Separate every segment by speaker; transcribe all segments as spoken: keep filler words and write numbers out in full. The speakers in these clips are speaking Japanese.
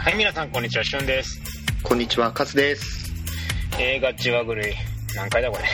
Speaker 1: はい、皆さんこんにちは、しゅんです。
Speaker 2: こんにちは、カズです。
Speaker 1: 映画ちわぐるい、何回だこれ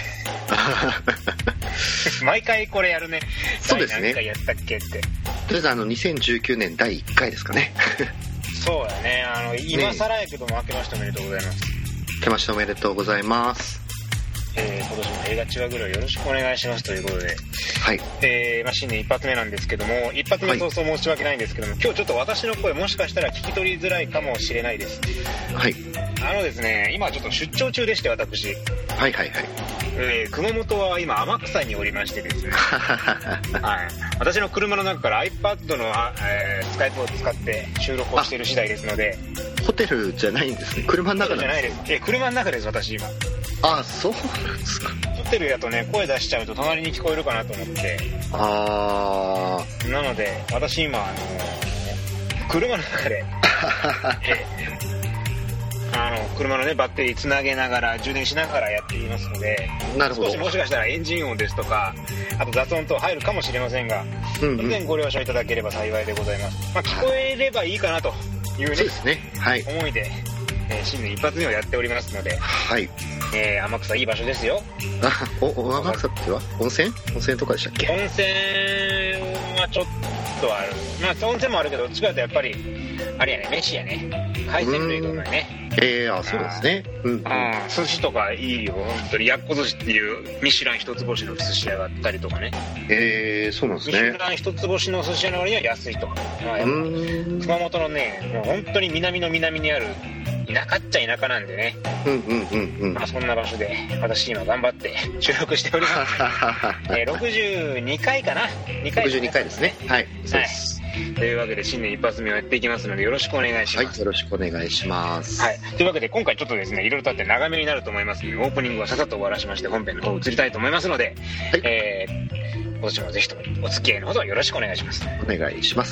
Speaker 1: 毎回これやるね。
Speaker 2: そうですね。
Speaker 1: 何回やったっけって。
Speaker 2: とりあえずあのにせんじゅうきゅうねんだいいっかいですかね
Speaker 1: そうだね。あの今更やけども、明けましておめでとうございます。
Speaker 2: 明けましておめでとうございます。
Speaker 1: えー、今年も映画ちわぐるいよろしくお願いしますということで、
Speaker 2: はい。
Speaker 1: えーまあ、新年一発目なんですけども、一発目早々申し訳ないんですけども、はい、今日ちょっと私の声もしかしたら聞き取りづらいかもしれないです。
Speaker 2: はい。
Speaker 1: あのですね、今ちょっと出張中でして、私。
Speaker 2: はいはいはい。
Speaker 1: えー、熊本は今天草におりましてですねはい、私の車の中から iPad の、えー、スカイプを使って収録をしている次第ですので。
Speaker 2: ホテルじゃないんですね。車の中なんです。
Speaker 1: ホテルじゃないです。えー、車の中です、私今。
Speaker 2: ああ、そうなんですか。
Speaker 1: ホテルやとね、声出しちゃうと隣に聞こえるかなと思って。
Speaker 2: ああ。
Speaker 1: なので私今あのー、車の中でえーあの車のねバッテリーつなげながら充電しながらやっていますので、
Speaker 2: なるほど。
Speaker 1: 少しもしかしたらエンジン音ですとか、あと雑音等入るかもしれませんが、
Speaker 2: うんうん、
Speaker 1: 当然ご了承いただければ幸いでございます。まあ、聞こえればいいかなというね、
Speaker 2: そうですね、はい、
Speaker 1: 思いで、えー、新年一発目をやっておりますので、
Speaker 2: はい、
Speaker 1: えー、天草いい場所ですよ。
Speaker 2: あ、お、お天草っては温泉温泉とかでしたっけ？
Speaker 1: 温泉はちょっとある。まあ温泉もあるけど、どっちかというとやっぱりあれやね、飯やね、海鮮類とかね。
Speaker 2: えー、あ、そうですね。うん、うん、
Speaker 1: 寿司とかいいよ、本当に。やっこ寿司っていうミシュラン一つ星の寿司屋があったりとかね。
Speaker 2: えー、そうなんですね。
Speaker 1: ミシュラン一つ星の寿司屋の割には安いと。まあ、熊本のね、もう本当に南の南にある田舎っちゃ田舎なんでね。
Speaker 2: うんうんうんうん。
Speaker 1: まあそんな場所で私今頑張って収録しております。えー、ろくじゅうにかいかな。にかい、
Speaker 2: ろくじゅうにかいですね。はい。そうです。
Speaker 1: はい、というわけで新年一発目をやっていきますのでよろしくお願いします。
Speaker 2: はい、よろしくお願いします。
Speaker 1: はい。というわけで今回ちょっとですね、いろいろとあって長めになると思いますので、オープニングはささっと終わらしまして本編の方移りたいと思いますので、はい、えー、今年もぜひともお付き合いのほどよろしくお願いします。
Speaker 2: お願いします。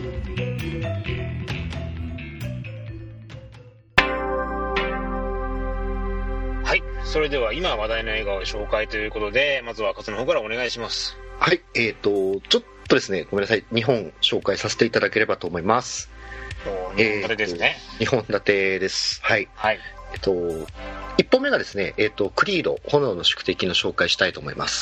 Speaker 1: はい。それでは今話題の映画を紹介ということで、まずは勝の方からお願いします。
Speaker 2: はい。えーと、ちょっとですね、ごめんなさい。にほん紹介させていただければと思います。
Speaker 1: にほん立てですね。
Speaker 2: にほん立てです。はい。
Speaker 1: はい。
Speaker 2: えっと、いっぽんめがですね、えっと、クリード、炎の宿敵の紹介したいと思います。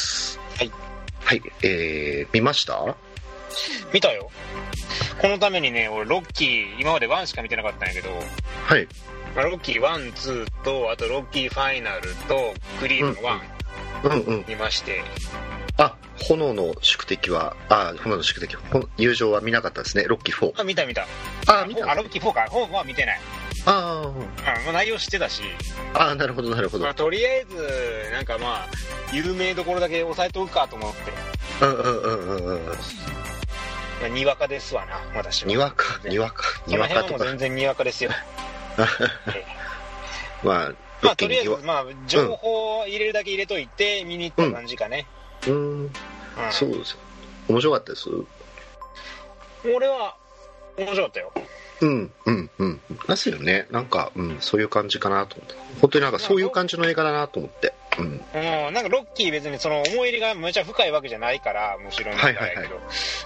Speaker 1: はい。
Speaker 2: はい。えー、見ました？
Speaker 1: 見たよ。このためにね、俺、ロッキー、今までワンしか見てなかったんやけど、
Speaker 2: はい。
Speaker 1: まあ、ロッキーワン、ツーと、あとロッキーファイナルと、クリードのワン、
Speaker 2: うんうん、
Speaker 1: 見まして、
Speaker 2: あ、炎の宿敵は、あ、炎の宿敵、友情は見なかったですね、ロッキーフォー。
Speaker 1: あ、見た見た。
Speaker 2: あ、見た。
Speaker 1: あ、ロッキーフォーか。フォーは見てない。
Speaker 2: ああ、うん。
Speaker 1: うん、まあ、内容知ってたし。
Speaker 2: あ、なるほど、なるほど。
Speaker 1: まあ、とりあえず、なんかまあ、有名どころだけ押さえとくかと思って。
Speaker 2: うんうんうんうんうん。
Speaker 1: まあ、にわかですわな、私は。
Speaker 2: にわか、にわか、にわかとか。
Speaker 1: この辺はもう全然にわかですよ。
Speaker 2: まあ、
Speaker 1: まあ、とりあえず、まあ、情報を入れるだけ入れといて、見に行った感じかね。
Speaker 2: うん。うんうん、そうですよ。面白かったです。
Speaker 1: 俺は面白かったよ。
Speaker 2: うんうんうん。ですよね。なんか、うん、そういう感じかなと思って。本当になんかそういう感じの映画だなと思って。うん。うん、
Speaker 1: なんかロッキー別にその思い入れがめちゃ深いわけじゃないから、むしろなんだけど。はいはいはい、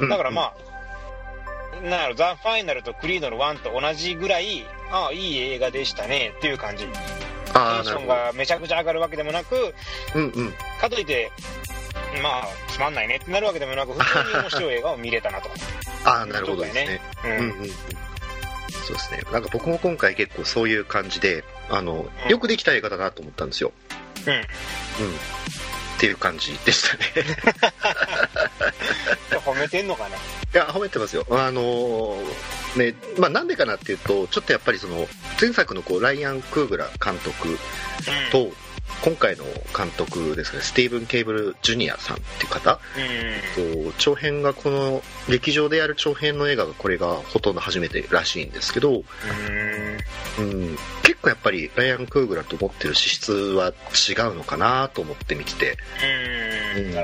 Speaker 1: だからまあ、うんうん、なんだろう、ザ・ファイナルとクリードのワンと同じぐらい、ああ、いい映画でしたねっていう感じ。テンションがめちゃくちゃ上がるわけでもなく、
Speaker 2: うんうん、
Speaker 1: かといってまあつまんないねってなるわけでもなく、普通に面白い映画を見れたなと。
Speaker 2: ああ、なるほどですね。うんうんうん、そうですね。なんか僕も今回結構そういう感じで、あの、うん、よくできた映画だなと思ったんですよ。
Speaker 1: うん。うん。
Speaker 2: っていう感じでしたね。
Speaker 1: 褒めてんのかな。い
Speaker 2: や、褒めてますよ。あのー、ね、まあなんでかなっていうと、ちょっとやっぱりその前作のこうライアン・クーグラ監督と、うん、今回の監督ですね、スティーブン・ケイブル・ジュニアさんっていう方、うん、長編がこの劇場でやる長編の映画がこれがほとんど初めてらしいんですけど、うん、うん、結構やっぱりライアン・クーグラと持ってる資質は違うのかなと思って見てて、うん、うん、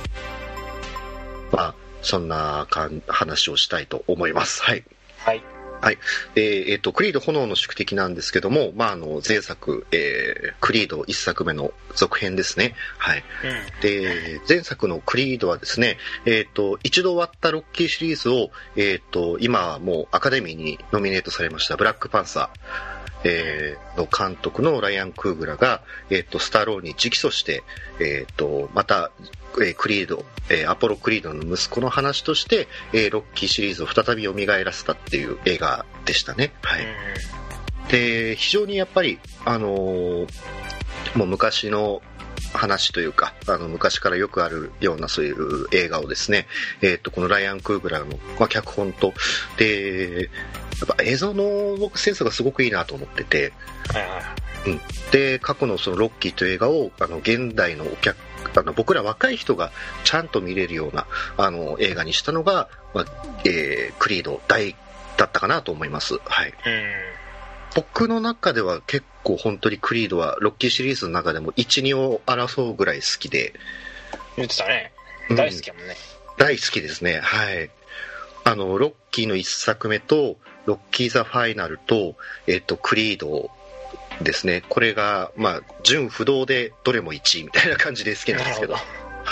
Speaker 2: まあそんなかん話をしたいと思います。はい。
Speaker 1: はい。
Speaker 2: はい。えーえーと、クリード炎の宿敵なんですけども、まあ、あの、前作、えー、クリードいっさくめの続編ですね。はい。うん、で、前作のクリードはですね、えーと、一度終わったロッキーシリーズを、えーと、今はもうアカデミーにノミネートされましたブラックパンサー、えー、の監督のライアン・クーグラが、えーと、スタローに直訴して、えーと、また、えー、クリード、えー、アポロ・クリードの息子の話として、えー、ロッキーシリーズを再び蘇らせたっていう映画でしたね。はい。で、非常にやっぱり、あのー、もう昔の話というか、あの昔からよくあるようなそういう映画をですね、えー、とこのライアン・クーグラの、まあ、脚本と、で、やっぱ映像の僕センスがすごくいいなと思ってて、うん、で、過去のそのロッキーという映画をあの現代のお客あの僕ら若い人がちゃんと見れるようなあの映画にしたのが、まあえー、クリード大だったかなと思います。はい。僕の中では結構本当にクリードはロッキーシリーズの中でもいち、にを争うぐらい好きで。
Speaker 1: 言ってたね。大好きやもんね。
Speaker 2: うん、大好きですね。はい。あのロッキーのいっさくめとロッキーザファイナルとえっとクリードですね。これがまあ純不動でどれもいちいみたいな感じで好きなんですけど、はい。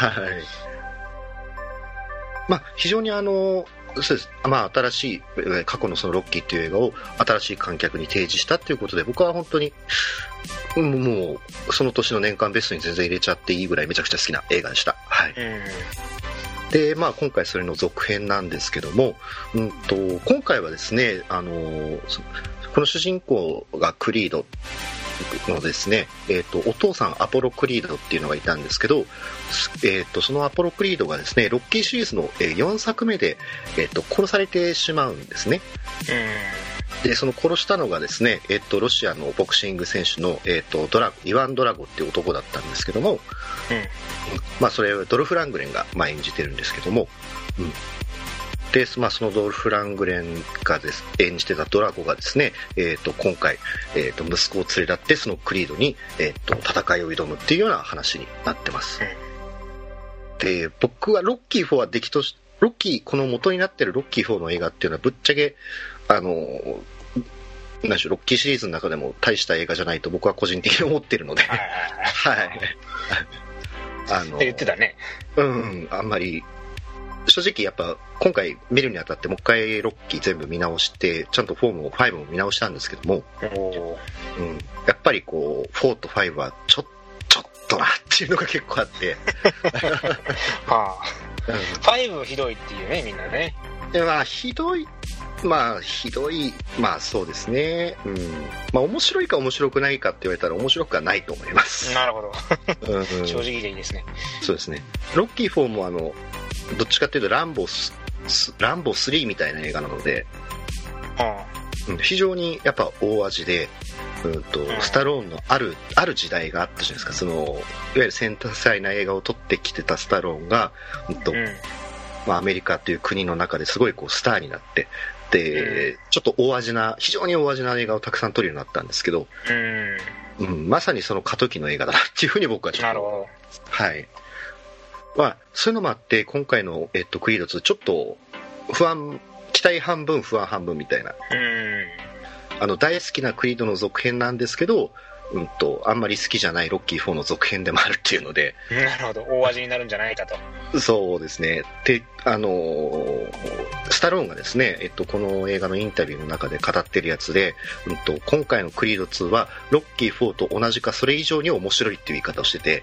Speaker 2: まあ非常にあのそうです。まあ新しい過去のそのロッキーっていう映画を新しい観客に提示したっていうことで、僕は本当にもうその年の年間ベストに全然入れちゃっていいぐらいめちゃくちゃ好きな映画でした。はい。で、まあ今回それの続編なんですけども、うんと今回はですね、あのこの主人公がクリードのですね、えーと、お父さんアポロクリードっていうのがいたんですけど、えーと、そのアポロクリードがですね、ロッキーシリーズのよんさくめで、えーと、殺されてしまうんですね。で、その殺したのがですね、えーと、ロシアのボクシング選手の、えーと、ドライワン・ドラゴっていう男だったんですけども、うん、まあそれをドルフ・ラングレンが、まあ、演じてるんですけども、うんで、まあ、そのドルフ・ラングレンがです演じてたドラゴがですね、えー、と今回、えー、と息子を連れ立ってそのクリードに、えー、と戦いを挑むっていうような話になってます。で、僕はロッキーフォーは出来としロッキーこの元になってるロッキーフォーの映画っていうのはぶっちゃけあの何でしょう、ロッキーシリーズの中でも大した映画じゃないと僕は個人的に思ってるのではい
Speaker 1: あの言ってたね。
Speaker 2: うん、あんまり正直やっぱ今回見るにあたってもう一回ロッキー全部見直してちゃんとフォーもファイブも見直したんですけども、うん、やっぱりこうフォーとファイブはちょちょっとなっていうのが結構あって
Speaker 1: はあ、うん、ファイブひどいっていうね、みんなね。
Speaker 2: まあひどい、まあひどい、まあそうですね、うん、まあ面白いか面白くないかって言われたら面白くはないと思います。
Speaker 1: なるほどうん、正直でいいですね。
Speaker 2: そうですね。ロッキーフォーもあのどっちかっていうとランボーランボースリーみたいな映画なので、はあ、うん、非常にやっぱ大味で、うんとうん、スタローンのあるある時代があったじゃないですか。そのいわゆる繊細な映画を撮ってきてたスタローンが、うんとうんまあ、アメリカという国の中ですごいこうスターになってで、うん、ちょっと大味な非常に大味な映画をたくさん撮るようになったんですけど、うんうん、まさにその過渡期の映画だなっていうふうに僕はちょっと、なるほど、はいまあ、そういうのもあって今回の、えっと、クリードツーちょっと不安期待半分不安半分みたいな、うんあの大好きなクリードの続編なんですけど、うんと、あんまり好きじゃないロッキーフォーの続編でもあるっていうので、
Speaker 1: なるほど、大味になるんじゃないかと。
Speaker 2: そうですね。で、あのー、スタローンがですね、えっと、この映画のインタビューの中で語ってるやつで、うんと、今回のクリードツーはロッキーフォーと同じかそれ以上に面白いっていう言い方をしてて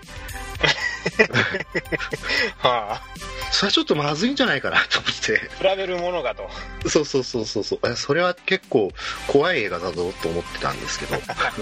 Speaker 2: はあ、それはちょっとまずいんじゃないかなと思って
Speaker 1: 比べるものがと。
Speaker 2: そうそうそうそうそう、それは結構怖い映画だぞと思ってたんですけど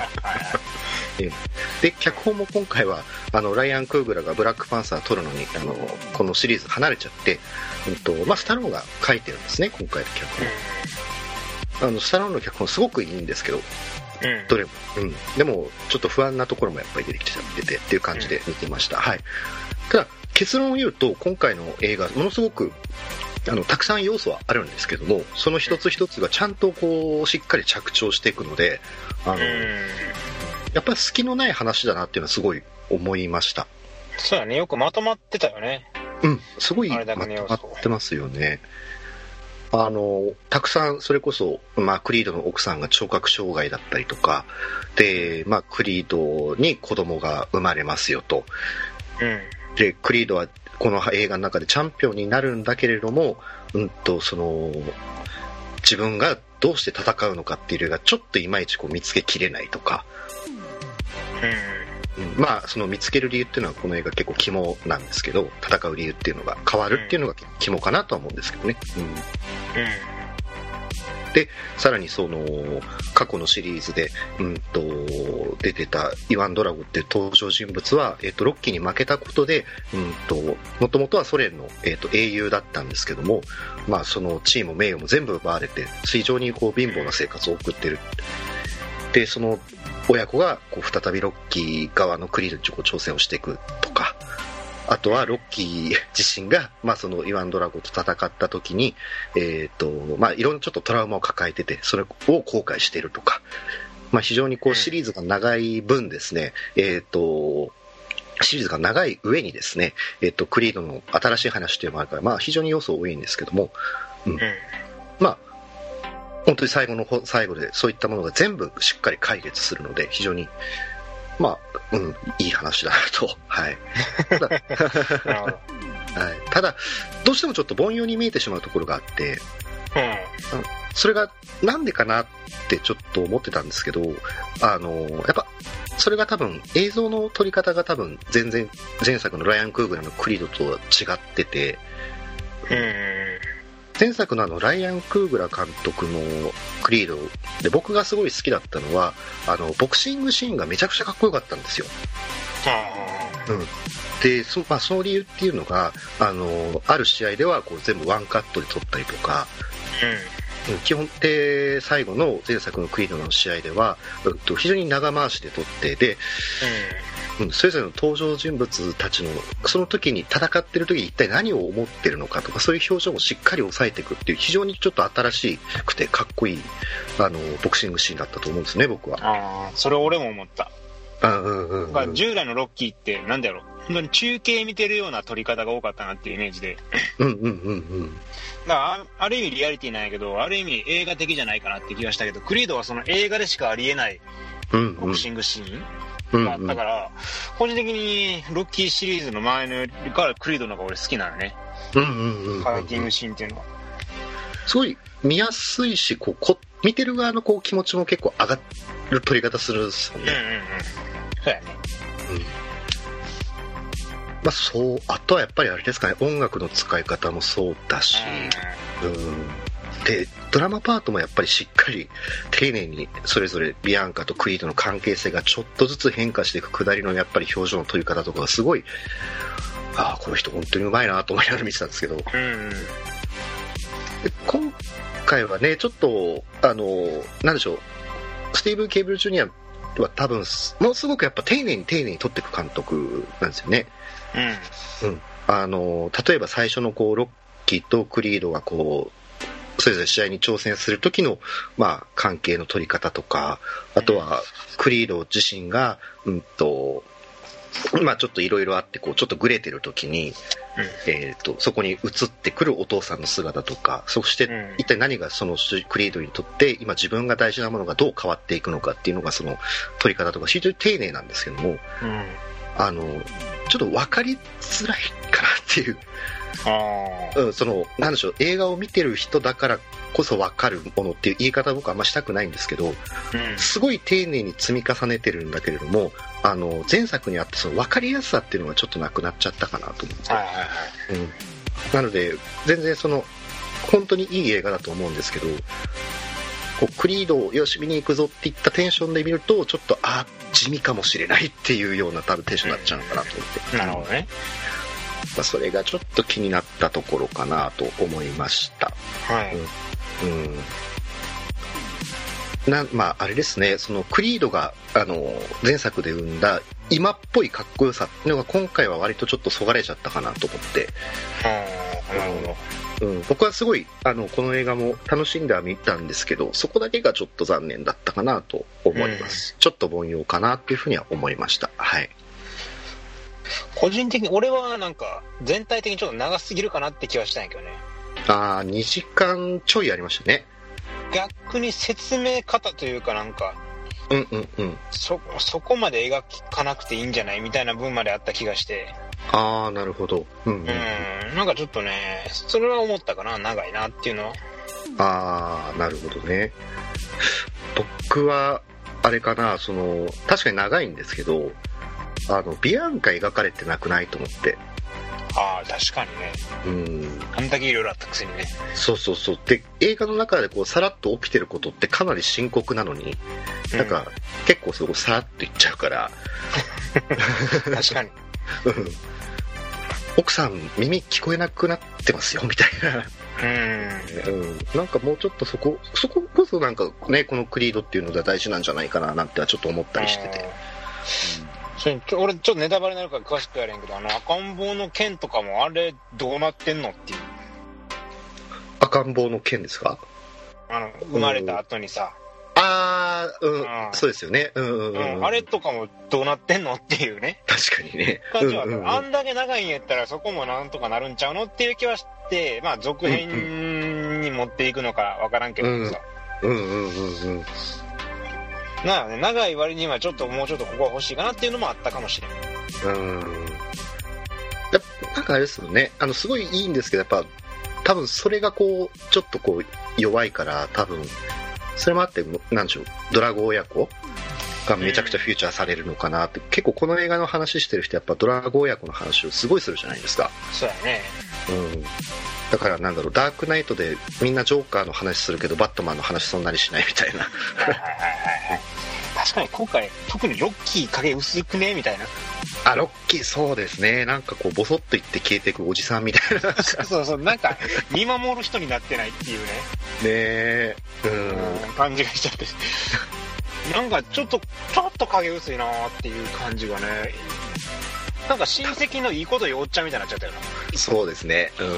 Speaker 2: で脚本も今回はあのライアン・クーグラがブラックパンサー撮るのにあのこのシリーズ離れちゃって、うんとまあ、スタローンが書いてるんですね今回の脚本。あのスタローンの脚本すごくいいんですけど、うん、どれも、うん、でもちょっと不安なところもやっぱり出てきちゃっててっていう感じで見てました、うん、はい。ただ結論を言うと今回の映画ものすごくあのたくさん要素はあるんですけども、その一つ一つがちゃんとこうしっかり着地していくので、あの、うん、やっぱり隙のない話だなっていうのはすごい思いました。
Speaker 1: そうだね、よくまとまってたよね。
Speaker 2: うん、すごいまとまってますよね。 あのたくさんそれこそ、まあ、クリードの奥さんが聴覚障害だったりとかで、まあ、クリードに子供が生まれますよと、うん、でクリードはこの映画の中でチャンピオンになるんだけれども、うんとその自分がどうして戦うのかっていうのがちょっといまいちこう見つけきれないとか、うん、まあその見つける理由っていうのはこの映画結構肝なんですけど、戦う理由っていうのが変わるっていうのが肝かなとは思うんですけどね、うんうん、でさらにその過去のシリーズで、うんと出てたイワン・ドラゴっていう登場人物は、えー、とロッキーに負けたことで、うんともともとはソ連の、えー、と英雄だったんですけども、まあ、その地位も名誉も全部奪われて非常にこう貧乏な生活を送ってる。でその親子がこう再びロッキー側のクリードに挑戦をしていくとか、あとはロッキー自身が、まあ、そのイワン・ドラゴと戦った時に、えーとまあ、いろんなちょっとトラウマを抱えててそれを後悔しているとか、まあ、非常にこうシリーズが長い分ですね、えーとシリーズが長い上にですね、えーとクリードの新しい話というのもあるから、まあ、非常に要素多いんですけども、うん、まあ本当に最後の最後でそういったものが全部しっかり解決するので非常にまあ、うん、いい話だなと、はい。ただ、はい、ただ、どうしてもちょっと凡庸に見えてしまうところがあって、うん、それがなんでかなってちょっと思ってたんですけど、あの、やっぱ、それが多分映像の撮り方が多分全然前作のライアン・クーグラのクリードとは違ってて、うん、前作のあのライアン・クーグラ監督のクリードで僕がすごい好きだったのはあのボクシングシーンがめちゃくちゃかっこよかったんですよ。うん、で そ,、まあ、その理由っていうのがあのある試合ではこう全部ワンカットで撮ったりとか、うん、基本で最後の前作のクリードの試合では、うん、と非常に長回しで撮ってで、うん、それぞれの登場人物たちのその時に戦ってる時に一体何を思ってるのかとかそういう表情もしっかり抑えていくっていう非常にちょっと新しくてかっこいいあのボクシングシーンだったと思うんですね僕は。
Speaker 1: ああそれ俺も思った。
Speaker 2: あ、うんうんうん、
Speaker 1: 従来のロッキーってなんだろう本当に中継見てるような撮り方が多かったなっていうイメージで
Speaker 2: うんうんうんうん
Speaker 1: だから あ, ある意味リアリティなんやけどある意味映画的じゃないかなって気がしたけどクリードはその映画でしかありえないボクシングシーン、うんうんまあ、だから個人的にロッキーシリーズの前のよりからクリードの方が俺好きなのね、うんうんうんうん、ファイティングシーンっていうのは
Speaker 2: すごい見やすいしこうこ見てる側のこう気持ちも結構上がる撮り方するんですよね。うんうんうん
Speaker 1: そうやね、うん
Speaker 2: まあ、そうあとはやっぱりあれですかね音楽の使い方もそうだし、うん、でドラマパートもやっぱりしっかり丁寧にそれぞれビアンカとクリードの関係性がちょっとずつ変化していく下りのやっぱり表情の撮り方とかがすごいああこの人本当にうまいなと思いながら見てたんですけど、うん、で今回はねちょっとあのなんでしょうスティーブン・ケイブル・ジュニアは多分ものすごくやっぱ丁寧に丁寧に撮っていく監督なんですよね。うんうん、あの例えば最初のこうロッキーとクリードがこうそれぞれ試合に挑戦する時の、まあ、関係の取り方とかあとはクリード自身が、うんとまあ、ちょっといろいろあってこうちょっとグレてる時に、うんえー、とそこに映ってくるお父さんの姿とかそして一体何がそのクリードにとって今自分が大事なものがどう変わっていくのかっていうのがその取り方とか非常に丁寧なんですけども、うん、あのちょっと分かりづらいかなっていうあ、うん、そのなんでしょう映画を見てる人だからこそ分かるものっていう言い方は僕はあんましたくないんですけど、うん、すごい丁寧に積み重ねてるんだけれどもあの前作にあってその分かりやすさっていうのがちょっとなくなっちゃったかなと思って、はいはいはいうん、なので全然その本当にいい映画だと思うんですけどこうクリードをよし見に行くぞっていったテンションで見るとちょっとあ地味かもしれないっていうような多分テンションになっちゃうのかなと思って、うん、なるほどね、まあ、それがちょっと気になったところかなと思いました。はい、うんうんなまあ、あれですねそのクリードがあの前作で生んだ今っぽいかっこよさっていうのが今回は割とちょっとそがれちゃったかなと思ってあなるほど、うん、僕はすごいあのこの映画も楽しんでは見たんですけどそこだけがちょっと残念だったかなと思います、うん、ちょっと凡庸かなっていうふうには思いました。はい
Speaker 1: 個人的に俺はなんか全体的にちょっと長すぎるかなって気はしたんやけどね。
Speaker 2: ああ、にじかんちょいありましたね。
Speaker 1: 逆に説明方というかなんか、
Speaker 2: うんうんうん。
Speaker 1: そ、そこまで描かなくていいんじゃないみたいな分まであった気がして。
Speaker 2: ああ、なるほど。うんうん、うん。
Speaker 1: うん、なんかちょっとね、それは思ったかな、長いなっていうのは。
Speaker 2: ああ、なるほどね。僕は、あれかな、その、確かに長いんですけど、あの、ビアンカ描かれてなくないと思って。
Speaker 1: ああ、確かにね。うん。あんだけいろいろあったくせにね。
Speaker 2: そうそうそう。で、映画の中でこう、さらっと起きてることってかなり深刻なのに、うん、なんか、結構そこさらっといっちゃうから。
Speaker 1: 確かに。
Speaker 2: うん。奥さん、耳聞こえなくなってますよ、みたいな。うん、うん、なんかもうちょっとそこ、そここそなんかね、このクリードっていうのが大事なんじゃないかななんてはちょっと思ったりしてて。
Speaker 1: それちょ俺ちょっとネタバレになるから詳しくやれんけど、あの赤ん坊の剣とかもあれどうなってんのっていう。
Speaker 2: 赤ん坊の剣ですか？
Speaker 1: あの生まれた後にさ。
Speaker 2: ああ、うん、うん、そうですよね。うんうんうん、うん。
Speaker 1: あれとかもどうなってんのっていうね。
Speaker 2: 確かにね。
Speaker 1: 感じは、うんうんうん、あんだけ長いんやったらそこもなんとかなるんちゃうのっていう気はして、まあ続編に持っていくのかわからんけどさ。
Speaker 2: うんうんうんうんうん。
Speaker 1: なあね、長い割にはちょっともうちょっとここは欲しいかなっていうのもあったかもしれない。
Speaker 2: うん。やなんかあれですよね。あのすごいいいんですけど、やっぱ多分それがこうちょっとこう弱いから多分それもあってなんでしょう、ドラゴ親子がめちゃくちゃフューチャーされるのかなって、うん、結構この映画の話してる人やっぱドラゴ親子の話をすごいするじゃないですか。
Speaker 1: そうやね。
Speaker 2: うん。だからなんだろう、ダークナイトでみんなジョーカーの話するけどバットマンの話そんなにしないみたいな。
Speaker 1: はいはいはいはい。確かに今回特にロッキー影薄くねみたいな。
Speaker 2: あ、ロッキーそうですね。なんかこうボソッといって消えていくおじさんみたいな。
Speaker 1: そうそう、なんか見守る人になってないっていうね。ね
Speaker 2: え、
Speaker 1: うん、感じがしちゃって。なんかちょっとちょっと影薄いなっていう感じがね。なんか親戚のいいこと言おっちゃうみたいになっちゃったよな。
Speaker 2: そうですね。うん。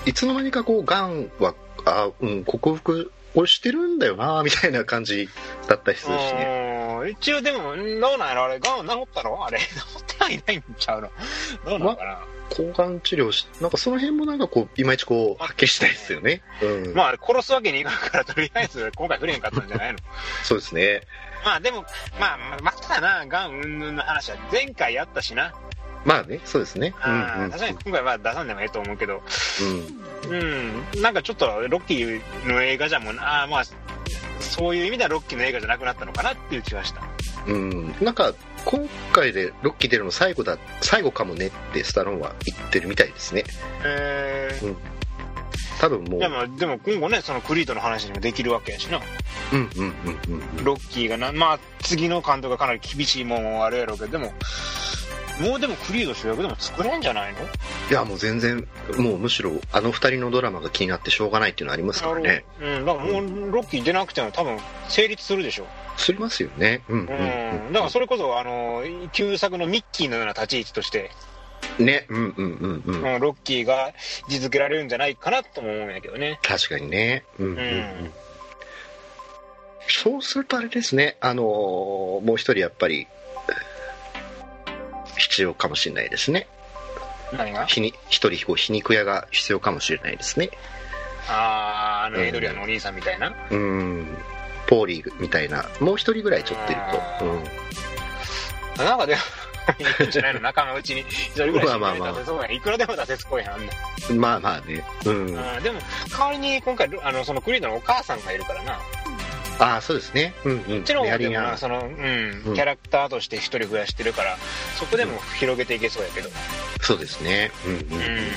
Speaker 2: いつの間にかこうガンはあ、うん、克服をしてるんだよなみたいな感じだったりするしね。
Speaker 1: 一応でもどうなんやろ、あれガン治ったの？あれ治ってはいないんちゃうの？どうなのかな。ま、
Speaker 2: 抗がん治療しなんかその辺もなんかこういまいちこうはっきりしたいですよね。うん。
Speaker 1: まあ殺すわけにいかんからとりあえず今回触れへんかったんじゃないの？
Speaker 2: そうですね。
Speaker 1: まあでもまあまたなガン云々の話は前回やったしな。
Speaker 2: まあね、そうですね。
Speaker 1: うんうん、確かに今回は出さんでもええと思うけど、うん、うん、なんかちょっとロッキーの映画じゃもう、ああまあそういう意味ではロッキーの映画じゃなくなったのかなっていう気はした。うん、
Speaker 2: なんか今回でロッキー出るの最後だ、最後かもねってスタローンは言ってるみたいですね。
Speaker 1: へえー。うん。
Speaker 2: 多分もう。
Speaker 1: でもでも今後ねそのクリードの話にもできるわけやしな。
Speaker 2: うんうんうんうん。
Speaker 1: ロッキーがな、まあ次の監督がかなり厳しいもんもあるやろうけど、でも。もうでもクリード主役でも作れんじゃないの？
Speaker 2: いやもう全然もうむしろあの二人のドラマが気になってしょうがないっていうのありますからね。
Speaker 1: うん、だからもうロッキー出なくても多分成立するでしょ。
Speaker 2: すりますよね。うんうん、うん、
Speaker 1: うん。だからそれこそあの旧作のミッキーのような立ち位置として
Speaker 2: ね、うんうんうんうん。
Speaker 1: ロッキーが位置づけられるんじゃないかなとも思うんやけどね。
Speaker 2: 確かにね。うんうんうん。うん、そうするとあれですね。あのー、もう一人やっぱり。必要かもしれないですね。
Speaker 1: 何が？
Speaker 2: ひに一人こう皮肉屋が必要かもしれないですね。
Speaker 1: ああ、あのエドリアンのお兄さんみたいな。
Speaker 2: うん。ポーリーみたいなもう一人ぐらいちょっといると。
Speaker 1: うん。なんかでもいいんじゃないの仲間内に一人ぐらい出せそうやん。まあまあまあいくらでも出せそうやんね。
Speaker 2: まあまあね。うん。
Speaker 1: あでも代わりに今回あのそのクリードのお母さんがいるからな。
Speaker 2: ああそうですね。うんうん。
Speaker 1: もちろんでもその、うん、キャラクターとして一人増やしてるから、そこでも広げていけそうやけど。
Speaker 2: そうですね。うんうん。うん、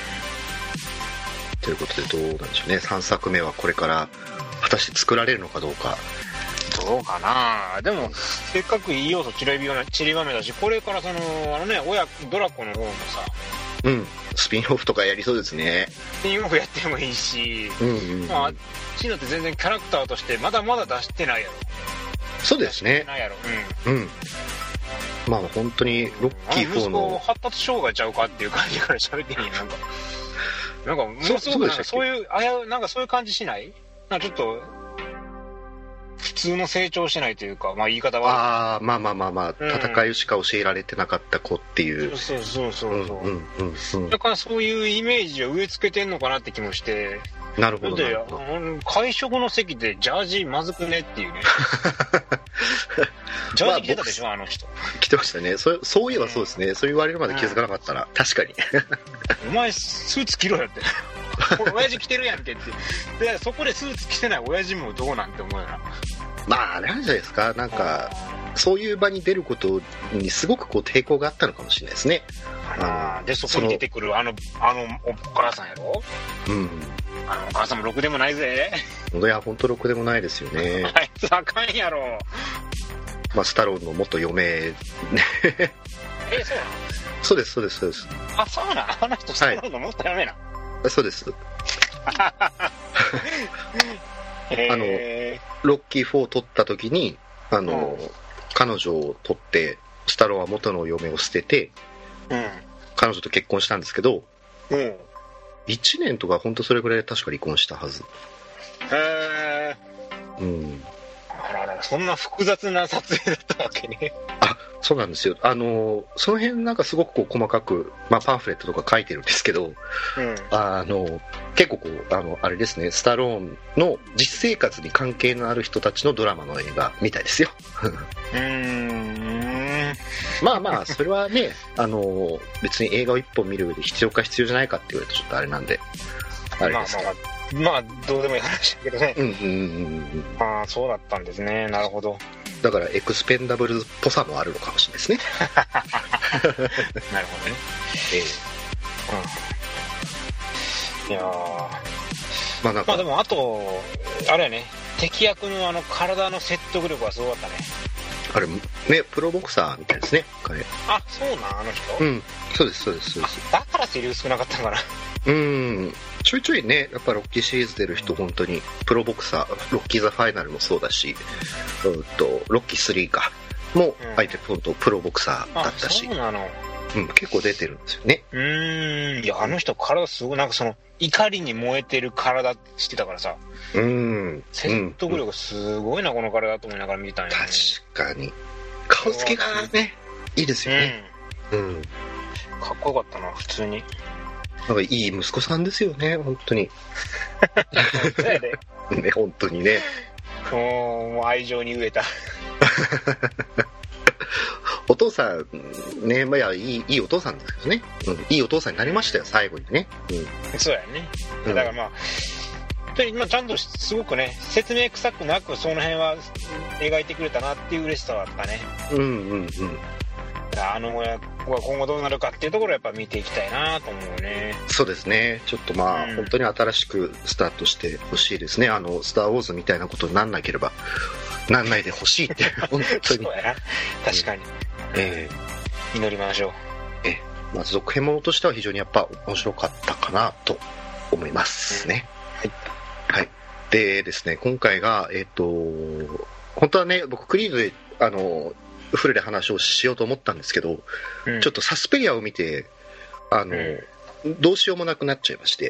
Speaker 2: ということでどうなんでしょうね。さんさくめはこれから果たして作られるのかどうか。
Speaker 1: どうかな。でもせっかくいい要素散りばめだし、これからそのあのね親ドラコの方もさ。
Speaker 2: うん。スピンオフとかやりそうですね。
Speaker 1: スピンオフやってもいいし、うんうんうん、まあ、あっちのって全然キャラクターとしてまだまだ出してないやろ。
Speaker 2: そうですね。
Speaker 1: 出してないやろ。うん。うん。
Speaker 2: まあ本当にロッキーフォーの。
Speaker 1: 息子発達障害ちゃうかっていう感じから喋ってんやんなんか。なんかものすごくなんかそういうあやなんかそういう感じしない？なんかちょっと普通の成長しないというか、まあ言い方は。
Speaker 2: ああまあまあまあまあ、うん、戦いしか教えられてなかった子っていう。
Speaker 1: そうそうそうそうそう。うんうんうんうん、だからそういうイメージを植え付けてんのかなって気もして。
Speaker 2: なるほど。
Speaker 1: で、会食の席でジャージまずくねっていうね。ジャージ着てたでしょ、まあ、あの人。
Speaker 2: 着てましたね。そそういえばそうですね。うん、そう言われるまで気づかなかったな。うん、確かに。
Speaker 1: お前、スーツ着ろよって。親父着てるやんけって。で、そこでスーツ着てない親父もどうなんて思うよな。
Speaker 2: まあ、あれなんじゃないですか。なんか、そういう場に出ることにすごくこう抵抗があったのかもしれないですね。
Speaker 1: あで、そこに出てくるあの、あのお母さんやろ。うん。あのお母さんもろくでもないぜ。
Speaker 2: いや、ほんとろくでもないですよね。
Speaker 1: あいつあかんやろ。
Speaker 2: まあ、スタローンの元嫁。え、
Speaker 1: そうなの？
Speaker 2: そうです、そうです、そうです。
Speaker 1: あ、そうなの？あの人スタローンの元嫁なの？
Speaker 2: はい、そうです。あの、ロッキーフォー撮った時に、あの、うん、彼女を取って、スタローンは元の嫁を捨てて、うん、彼女と結婚したんですけど、うん、いちねんとか本当それぐらいで確か離婚したはず。
Speaker 1: へー。うん。あらら、そんな複雑な撮影だったわけね。
Speaker 2: あ、そうなんですよ。あの、その辺なんかすごくこう細かく、まあパンフレットとか書いてるんですけど、うん、あの、結構こう、あの、あれですね、スタローンの実生活に関係のある人たちのドラマの映画みたいですよ。うーん。まあまあ、それはね、あの、別に映画を一本見る上で必要か必要じゃないかって言われるとちょっとあれなんで、あれですけど。まあまあ
Speaker 1: まあ、どうでもいい話だけどね。
Speaker 2: うんうんうんうん。
Speaker 1: ああ、そうだったんですね。なるほど。
Speaker 2: だから、エクスペンダブルっぽさもあるのかもしれないですね。
Speaker 1: なるほどね。ええ。うん。いやー。まあなんか。まあでも、あと、あれやね、敵役のあの、体の説得力はすごかったね。
Speaker 2: あれ、ね、プロボクサーみたいですね、彼。
Speaker 1: あ、そうなんあの人。
Speaker 2: うん。そうです、そうです、そうです。
Speaker 1: だからセリフ少なかったのかな。
Speaker 2: うん。ちょいちょいね、やっぱロッキーシリーズ出る人、本当に、プロボクサー、ロッキーザファイナルもそうだし、うんと、ロッキースリーか、も、相手、本当、プロボクサーだったし、
Speaker 1: そうなの。
Speaker 2: うん、結構出てるんですよね。
Speaker 1: うーん、いや、あの人、体すごい、なんかその、怒りに燃えてる体してたからさ、
Speaker 2: うん、
Speaker 1: 説得力すごいな、うん、この体と思いながら見たんや、ね。
Speaker 2: 確かに。顔つけがね、いいですよね。うん。うん、
Speaker 1: かっこよかったな、普通に。
Speaker 2: なんかいい息子さんですよね、本当に。
Speaker 1: そうやで。
Speaker 2: ね、本当にね。
Speaker 1: もう愛情に飢えた。
Speaker 2: お父さん、ね、まあ、いや、いい、いいお父さんですけどね。うん、いいお父さんになりましたよ、最後にね。
Speaker 1: うん、そうやね。だからまあ、うん、まあ、ちゃんとすごくね、説明臭くなく、その辺は描いてくれたなっていう嬉しさはあったね。
Speaker 2: うんうんうん。
Speaker 1: あの親子が今後どうなるかっていうところをやっぱ見ていきたいなと思うね。
Speaker 2: そうですね。ちょっとまあ、うん、本当に新しくスタートしてほしいですね。あの、スターウォーズみたいなことになんなければ、なんないでほしいって、本当に。
Speaker 1: そうやな。確かに。
Speaker 2: え
Speaker 1: ー、祈りましょう。
Speaker 2: えー、まあ、続編ものとしては非常にやっぱ面白かったかなと思いますね。うん、はい。はい。でですね、今回が、えっと、本当はね、僕クリードで、あの、フルで話をしようと思ったんですけど、うん、ちょっとサスペリアを見て、あの、うん、どうしようもなくなっちゃいまして。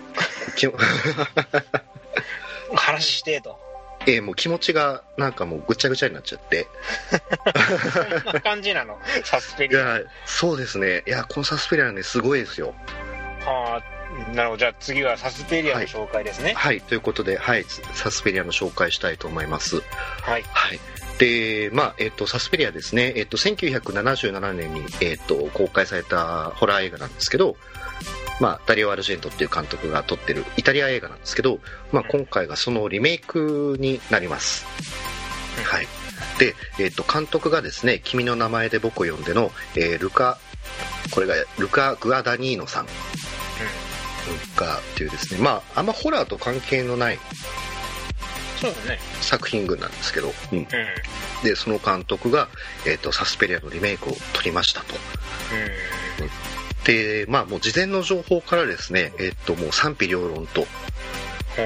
Speaker 1: 話してと。
Speaker 2: えー、もう気持ちがなんかもうぐちゃぐちゃになっちゃって。
Speaker 1: そんな感じなのサスペリア。
Speaker 2: いや、そうですね。いや、このサスペリアね、すごいですよ。
Speaker 1: はあ、なるほど。じゃあ次はサスペリアの紹介ですね。
Speaker 2: はい、はい、ということで、はい、サスペリアの紹介したいと思います。
Speaker 1: はい。
Speaker 2: はい。で、まあ、えっと、サスペリアですね、えっと、せんきゅうひゃくななじゅうななねんに、えっと、公開されたホラー映画なんですけど、まあ、ダリオ・アルジェントっていう監督が撮ってるイタリア映画なんですけど、まあ、今回がそのリメイクになります。はい。で、えっと、監督がですね、君の名前で僕を呼んでの、えー、ルカ、これがルカ・グアダニーノさんが、っていうですね、まあ、あんまホラーと関係のない、
Speaker 1: そうだね、
Speaker 2: 作品群なんですけど、うんうん、でその監督が、えーと、サスペリアのリメイクを撮りましたと、うん、でまあもう事前の情報からですね、えーと、もう賛否両論と、うん、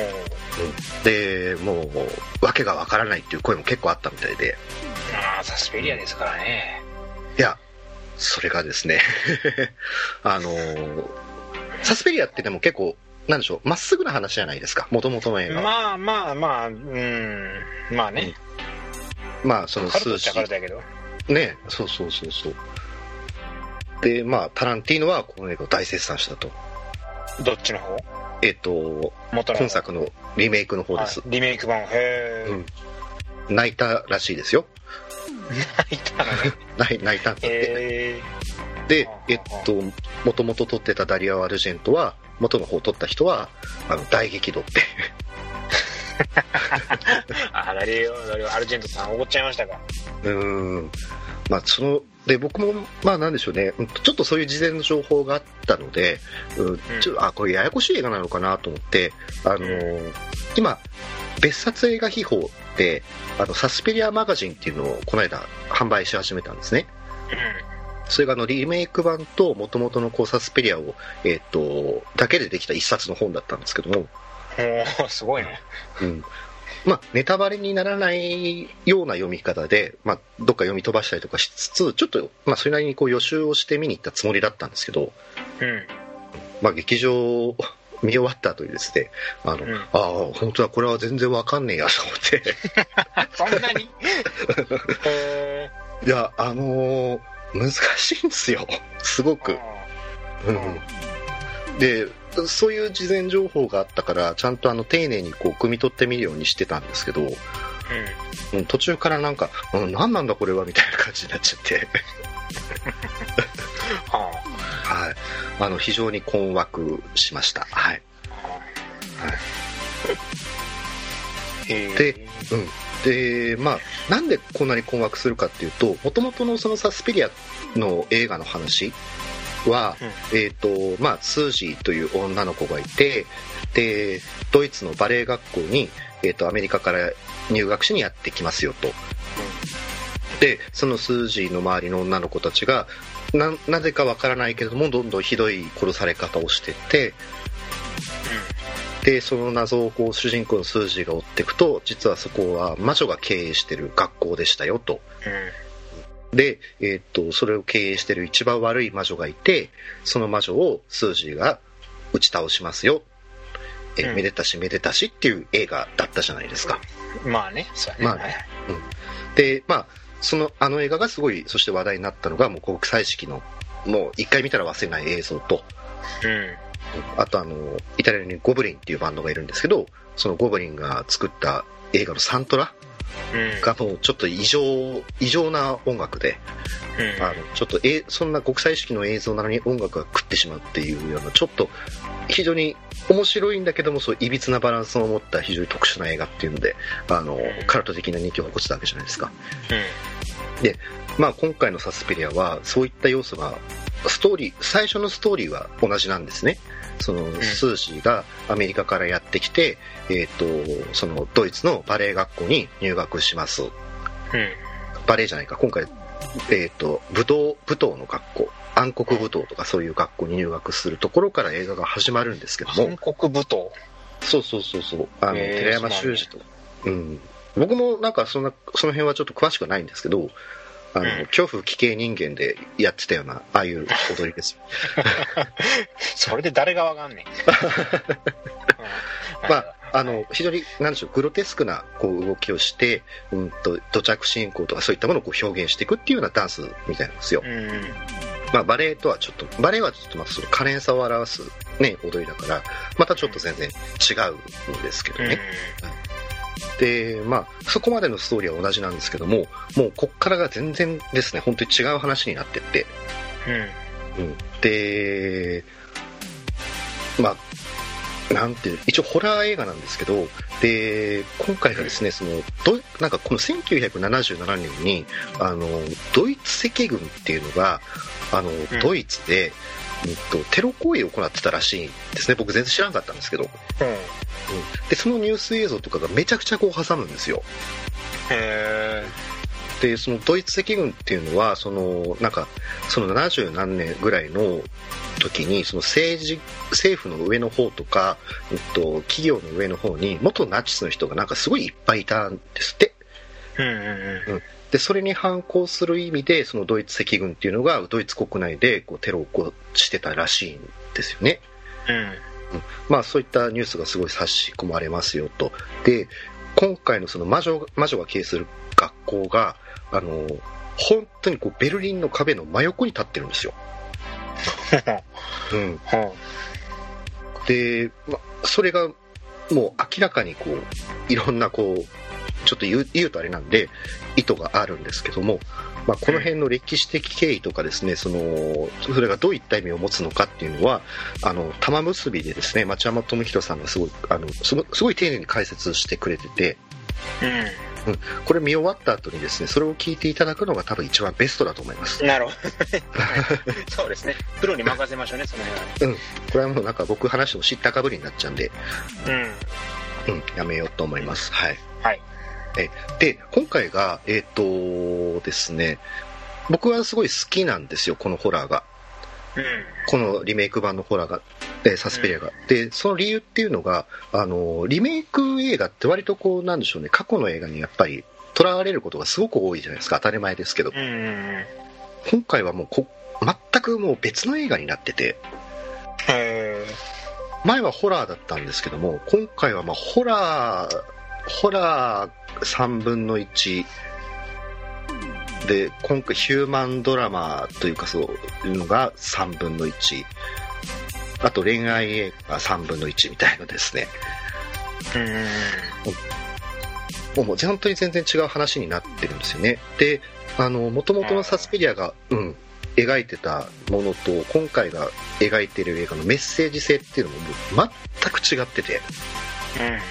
Speaker 2: でもう訳がわからないっていう声も結構あったみたいで、
Speaker 1: ああサスペリアですからね、
Speaker 2: いやそれがですねあのー、サスペリアってでも結構なんでしょう、まっすぐな話じゃないですか、もともとの映画は。
Speaker 1: まあまあまあ、うん、まあね。
Speaker 2: うん、まあ、その数字。
Speaker 1: だけど。
Speaker 2: ね、そうそうそうそう。で、まあ、タランティーノはこの映画を大絶賛したと。
Speaker 1: どっちの方？
Speaker 2: えっと本作のリメイクの方です。
Speaker 1: リメイク版。へえ、うん、
Speaker 2: 泣いたらしいですよ。
Speaker 1: 泣いたのね。
Speaker 2: 泣いたんだって。
Speaker 1: へ
Speaker 2: ーで、えっともともと撮ってたダリオ・アルジェントは、元の方撮った人はあの大激怒って
Speaker 1: あ、ダリオ・アルジェントさん怒っちゃいましたか。
Speaker 2: うーん、まあそので僕もまあなんでしょうね、ちょっとそういう事前の情報があったので、うん、ちょあこれややこしい映画なのかなと思って、あのー、今別冊映画秘宝ってあのサスペリアマガジンっていうのをこの間販売し始めたんですね。うん、それがあのリメイク版と元々のこうサスペリアを、えー、とだけでできた一冊の本だったんですけども、
Speaker 1: おすごいね。
Speaker 2: うん、まあ、ネタバレにならないような読み方で、まあ、どっか読み飛ばしたりとかしつつ、ちょっと、まあ、それなりにこう予習をして見に行ったつもりだったんですけど、
Speaker 1: うん、
Speaker 2: まあ、劇場見終わった後にですね、あの、うん、ああ本当だこれは全然わかんねえやと思って
Speaker 1: そんなに
Speaker 2: いやあのー、難しいんですよすごく、うん、でそういう事前情報があったからちゃんとあの丁寧にこう汲み取ってみるようにしてたんですけど、うんうん、途中からなんか、うん、何なんだこれはみたいな感じになっちゃってはい、あの非常に困惑しました。はい、はい、で、うん、でまあなんでこんなに困惑するかっていうと、元々のそのサスペリアの映画の話は、うん、えーとまあ、スージーという女の子がいて、でドイツのバレエ学校に、えーと、アメリカから入学しにやってきますよと、うん、でそのスージーの周りの女の子たちが な, なぜかわからないけれどもどんどんひどい殺され方をしていって、うん、でその謎をこう主人公のスージーが追っていくと、実はそこは魔女が経営している学校でしたよと、うん、で、えー、とそれを経営している一番悪い魔女がいて、その魔女をスージーが打ち倒しますよ、えーうん、めでたしめでたしっていう映画だったじゃないですか。
Speaker 1: まあね、そうね、まあね、
Speaker 2: うん、でまあそのあの映画がすごいそして話題になったのが、もう国際式のもう一回見たら忘れない映像と、うん、あとあのイタリアにゴブリンっていうバンドがいるんですけど、そのゴブリンが作った映画のサントラがもうちょっと異常異常な音楽で、うん、あのちょっとえそんな国際式の映像なのに音楽が食ってしまうっていうような、ちょっと非常に面白いんだけどもそういびつなバランスを持った非常に特殊な映画っていうので、あのカルト的な人気を起こしたわけじゃないですか。うん、で、まあ、今回のサスペリアはそういった要素がストーリー最初のストーリーは同じなんですね。そのスージーがアメリカからやってきて、えー、とそのドイツのバレエ学校に入学します、うん、バレエじゃないか今回、えー、と舞踏舞踏の学校、暗黒舞踏とかそういう学校に入学するところから映画が始まるんですけども、
Speaker 1: 暗黒舞踏、
Speaker 2: そうそうそうそう、あの寺山修司と、うん、僕もなんかそんなその辺はちょっと詳しくないんですけど、あの、うん、恐怖奇形人間でやってたようなああいう踊りですよ
Speaker 1: それで誰がわかんねん
Speaker 2: まああの非常に何でしょう、グロテスクなこう動きをして、うんと土着信仰とかそういったものをこう表現していくっていうようなダンスみたいなんですよ。うん、まあ、バレエとはちょっとバレエはちょっとまあその可憐さを表す、ね、踊りだからまたちょっと全然違うんですけどね。うん、でまあ、そこまでのストーリーは同じなんですけども、もうこっからが全然ですね本当に違う話になってって、うんうん、でまあなんていう一応ホラー映画なんですけど、で今回がですねそのどなんかこのせんきゅうひゃくななじゅうななねんにあのドイツ赤軍っていうのがあの、うん、ドイツで、うんと、テロ行為を行ってたらしいんですね。僕全然知らなかったんですけど、うんうん、でそのニュース映像とかがめちゃくちゃこう挟むんですよ。へー。でそのドイツ赤軍っていうのはそのなんかそのななじゅうなんねんぐらいの時にその政治政府の上の方とか、えっと、企業の上の方に元ナチスの人がなんかすごいいっぱいいたんですって。うんうんうんうん、でそれに反抗する意味でそのドイツ赤軍っていうのがドイツ国内でこうテロを起こしてたらしいんですよね。うんうん、まあそういったニュースがすごい差し込まれますよと。で今回のその魔女魔女が経営する学校があの本当にこうベルリンの壁の真横に立ってるんですよ。うん、 で、ま、それがもう明らかにこういろんなこうちょっと言う、言うとあれなんで意図があるんですけども、まあ、この辺の歴史的経緯とかですね、そのそれがどういった意味を持つのかっていうのはあの玉結びでですね町山智博さんがすごいあのすご、すごい丁寧に解説してくれてて、うんうん、これ見終わった後にですねそれを聞いていただくのが多分一番ベストだと思います。
Speaker 1: なるほど、はい、そうですね、プロに任せましょうねその辺は、ね、うん、
Speaker 2: これはもうなんか僕話しても知ったかぶりになっちゃうんで、
Speaker 1: うん
Speaker 2: うん、やめようと思います。はい、
Speaker 1: はい
Speaker 2: えで今回がえっ、ー、とですね僕はすごい好きなんですよこのホラーが、うん、このリメイク版のホラーが、えー、サスペリアが、うん、でその理由っていうのがあのリメイク映画って割とこうなんでしょうね過去の映画にやっぱりとらわれることがすごく多いじゃないですか。当たり前ですけど、うん、今回はもうこ全くもう別の映画になってて、前はホラーだったんですけども今回はまあホラーホラーさんぶんのいちで今回ヒューマンドラマというかそういうのがさんぶんのいち、あと恋愛映画さんぶんのいちみたいなですね、うんもう本当に全然違う話になってるんですよね。であの元々のサスペリアが、うん、描いてたものと今回が描いてる映画のメッセージ性っていうのももう全く違ってて、うんうん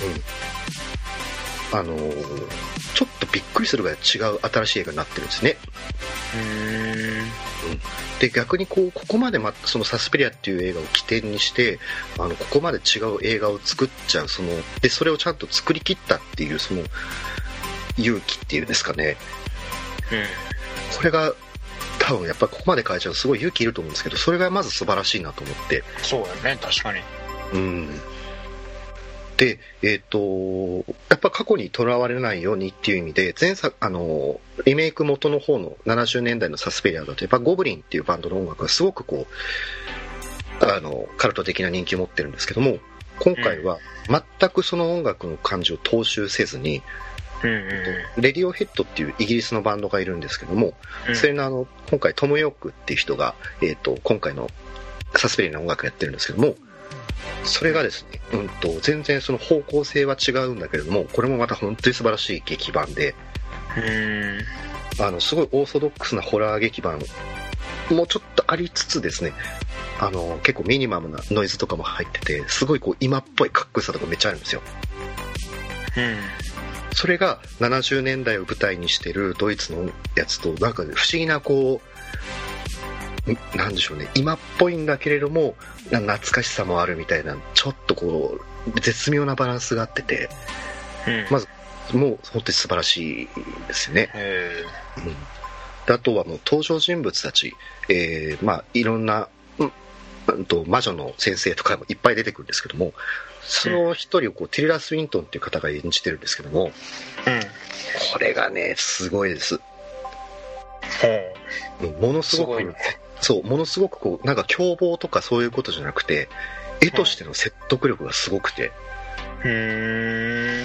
Speaker 2: あのー、ちょっとびっくりするぐらい違う新しい映画になってるんですね。うーん、うん、で逆にこうここまで、ま、そのサスペリアっていう映画を起点にしてあのここまで違う映画を作っちゃうそのでそれをちゃんと作り切ったっていうその勇気っていうんですかね、うん、これが多分やっぱここまで変えちゃうとすごい勇気いると思うんですけどそれがまず素晴らしいなと思って。
Speaker 1: そうだね確かに。
Speaker 2: うんでえー、とやっぱ過去にとらわれないようにっていう意味で前作あのリメイク元の方のななじゅうねんだいのサスペリアだとやっぱゴブリンっていうバンドの音楽がすごくこうあのカルト的な人気を持ってるんですけども今回は全くその音楽の感じを踏襲せずに、うんうん、レディオヘッドっていうイギリスのバンドがいるんですけども、うん、それのあの今回トム・ヨークっていう人が、えー、と今回のサスペリアの音楽やってるんですけどもそれがですね、うん、と全然その方向性は違うんだけれどもこれもまた本当に素晴らしい劇版でうーんあのすごいオーソドックスなホラー劇版もうちょっとありつつですねあの結構ミニマムなノイズとかも入っててすごいこう今っぽいかっこよさとかめっちゃあるんですよ。うんそれがななじゅうねんだいを舞台にしてるドイツのやつとなんか不思議なこうなんでしょうね今っぽいんだけれども懐かしさもあるみたいなちょっとこう絶妙なバランスがあってて、うん、まずもう本当に素晴らしいですよね。へー、うん、であとはもう登場人物たち、えー、まあいろんな、うん、と魔女の先生とかもいっぱい出てくるんですけどもその一人をこうティルラ・スウィントンっていう方が演じてるんですけども、うん、これがねすごいです。うん、ものすごくそうものすごくこうなんか凶暴とかそういうことじゃなくて絵としての説得力がすごくて、うん、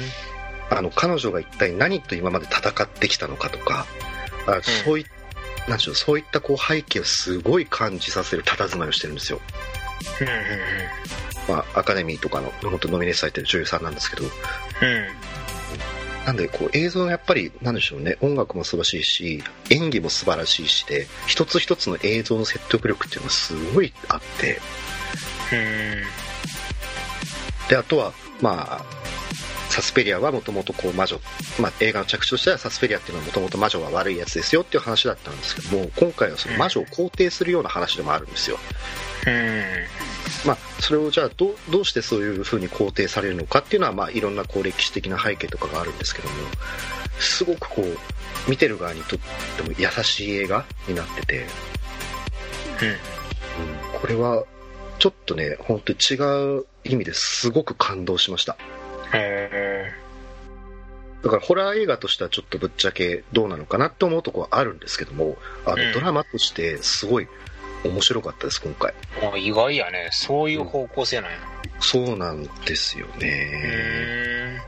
Speaker 2: あの彼女が一体何と今まで戦ってきたのかとかあ、うん、そういなんでしょうそういったこう背景をすごい感じさせる佇まいをしてるんですよ。うんまあ、アカデミーとかの本当ノミネートされてる女優さんなんですけど、うん、なんでこう映像やっぱりなんでしょうね音楽も素晴らしいし演技も素晴らしいしで一つ一つの映像の説得力っていうのがすごいあってうんであとはまあサスペリアはもともとこう魔女、まあ、映画の着地としてはサスペリアっていうのはもともと魔女は悪いやつですよっていう話だったんですけども今回はその魔女を肯定するような話でもあるんですよ。うんまあ、それをじゃあ ど, どうしてそういう風に肯定されるのかっていうのは、まあ、いろんなこう歴史的な背景とかがあるんですけどもすごくこう見てる側にとっても優しい映画になってて、うんうん、これはちょっとね本当に違う意味ですごく感動しました。へーだからホラー映画としてはちょっとぶっちゃけどうなのかなって思うところはあるんですけどもあの、うん、ドラマとしてすごい面白かったです今回。
Speaker 1: あ意外やねそういう方向性なんや、
Speaker 2: うん、そうなんですよね。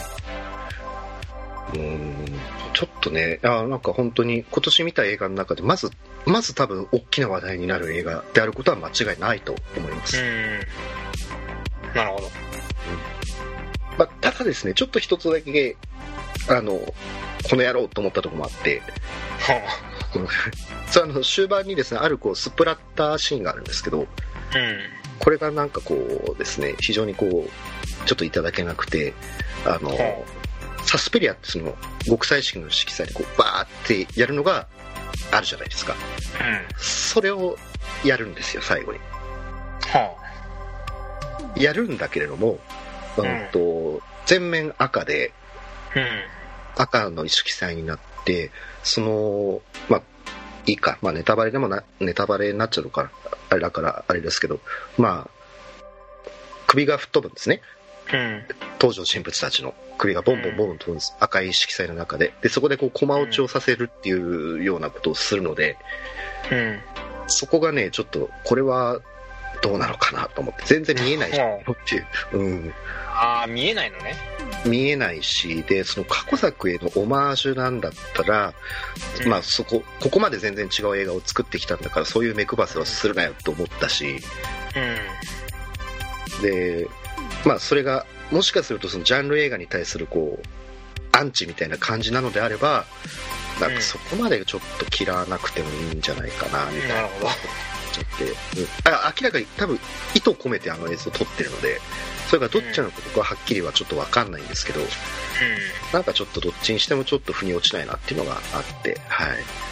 Speaker 2: うーんちょっとねあなんか本当に今年見た映画の中でまずまず多分大きな話題になる映画であることは間違いないと思います。うん
Speaker 1: なるほど。
Speaker 2: うんまあ、ただですね、ちょっと一つだけ、あの、この野郎と思ったところもあって、それあの終盤にですね、あるこうスプラッターシーンがあるんですけど、うん、これがなんかこうですね、非常にこう、ちょっといただけなくて、あの、サスペリアってその極彩色の色彩でこうバーってやるのがあるじゃないですか、うん、それをやるんですよ最後に、はあ、やるんだけれども、うん、と全面赤で、うん、赤の色彩になって、そのまあいいか、まあ、ネタバレでもなネタバレになっちゃうからあれだからあれですけど、まあ首が吹っ飛ぶんですね、うん、登場人物たちの首がボンボンボンボン飛ぶんです、うん、赤い色彩の中で、でそこでこう駒落ちをさせるっていうようなことをするので、うん、そこがねちょっとこれはどうなのかなと思って、全然見えないじゃんっていう、うん、
Speaker 1: ああ見えないのね、
Speaker 2: 見えないし、でその過去作へのオマージュなんだったら、うん、まあそこここまで全然違う映画を作ってきたんだから、そういう目配せはするなよと思ったし、うん、でまあそれがもしかするとそのジャンル映画に対するこうアンチみたいな感じなのであれば、なんかそこまでちょっと嫌わなくてもいいんじゃないかなみたいな、なるほどちょっと、うん、あ明らかに多分意図込めてあの映像を撮ってるので、それがどっちなのか僕ははっきりはちょっと分かんないんですけど、うん、なんかちょっとどっちにしてもちょっと腑に落ちないなっていうのがあって、はい、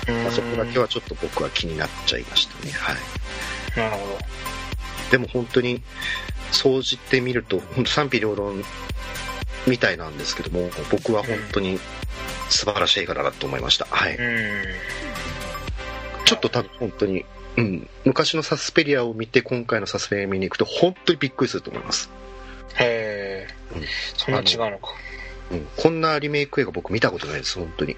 Speaker 2: まあ、そこだけはちょっと僕は気になっちゃいましたね。はい、
Speaker 1: なるほど。
Speaker 2: でも本当に総じてみると本当賛否両論みたいなんですけども、僕は本当に素晴らしい映画だなと思いました。はい、うん、ちょっと多分本当に、うん、昔のサスペリアを見て今回のサスペリアを見に行くと本当にびっくりすると思います。
Speaker 1: へえ、うん、そんな違うのか、
Speaker 2: うん、こんなリメイク映画僕見たことないです本当に。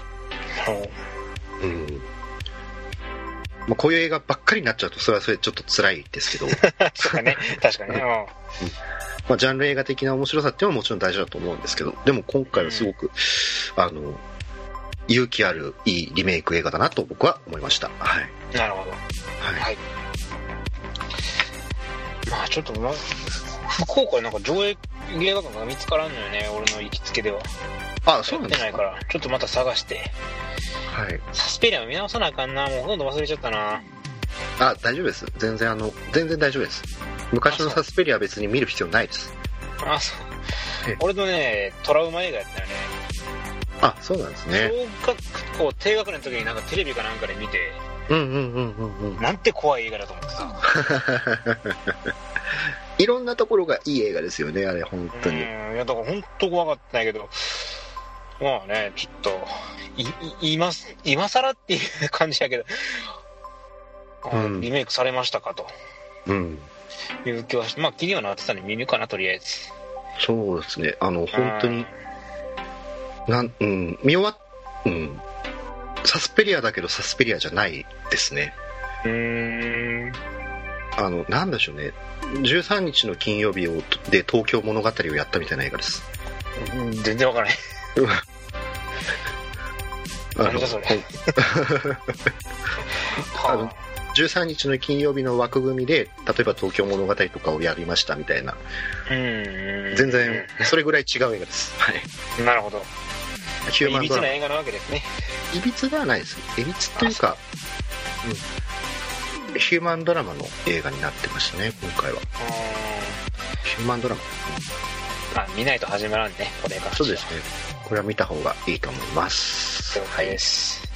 Speaker 2: うん、まあ、こういう映画ばっかりになっちゃうとそれはそれちょっと辛いですけど
Speaker 1: そうかね、確かにね、うん、
Speaker 2: まあ、ジャンル映画的な面白さっていうのはもちろん大事だと思うんですけど、でも今回はすごく、うん、あの勇気あるいいリメイク映画だなと僕は思いました。はい、
Speaker 1: なるほど。はい、はい、まあちょっと、ま、福岡なんか上映映画館が見つからんのよね、俺の行きつけでは。
Speaker 2: あ、そうなんですか。
Speaker 1: やってないからちょっとまた探して、はい、サスペリアも見直さなあかんな、もうほとんど忘れちゃったな。
Speaker 2: あ、大丈夫です、全然あの全然大丈夫です。昔のサスペリアは別に見る必要ないです。
Speaker 1: あ、そう。俺のねトラウマ映画やったよね。
Speaker 2: あ、そうなんですね。
Speaker 1: 小学校低学年の時になんかテレビかなんかで見て、
Speaker 2: うんうんうんうんうん、
Speaker 1: なんて怖い映画だと思ってさ
Speaker 2: いろんなところがいい映画ですよね、あれ本当に。うん、
Speaker 1: いやだから本当怖かったんやけど、まあね、ちょっとい今今更っていう感じやけど、うん、リメイクされましたかと、うん、いう気はして、まあ気にはなってたんで見るかなとりあえず。
Speaker 2: そうですね、あの本当になん、うん、見終わっ、うん、サスペリアだけどサスペリアじゃないですね。うーん、あのなんでしょうね、じゅうさんにちの金曜日をで東京物語をやったみたいな映画です。
Speaker 1: うん、全然わからない何だそれ
Speaker 2: あのじゅうさんにちの金曜日の枠組みで例えば東京物語とかをやりましたみたいな、うん、全然それぐらい違う映画です。はい、
Speaker 1: なるほど。ヒューマンドラマ、いびつな映画なわけですね。
Speaker 2: いびつではないです。いびつというか、うん、ヒューマンドラマの映画になってましたね今回は。ヒューマンドラマ、
Speaker 1: うん、あ、見ないと始まらんねこれが。
Speaker 2: そうですね、これは見た方がいいと思います。
Speaker 1: 了解です。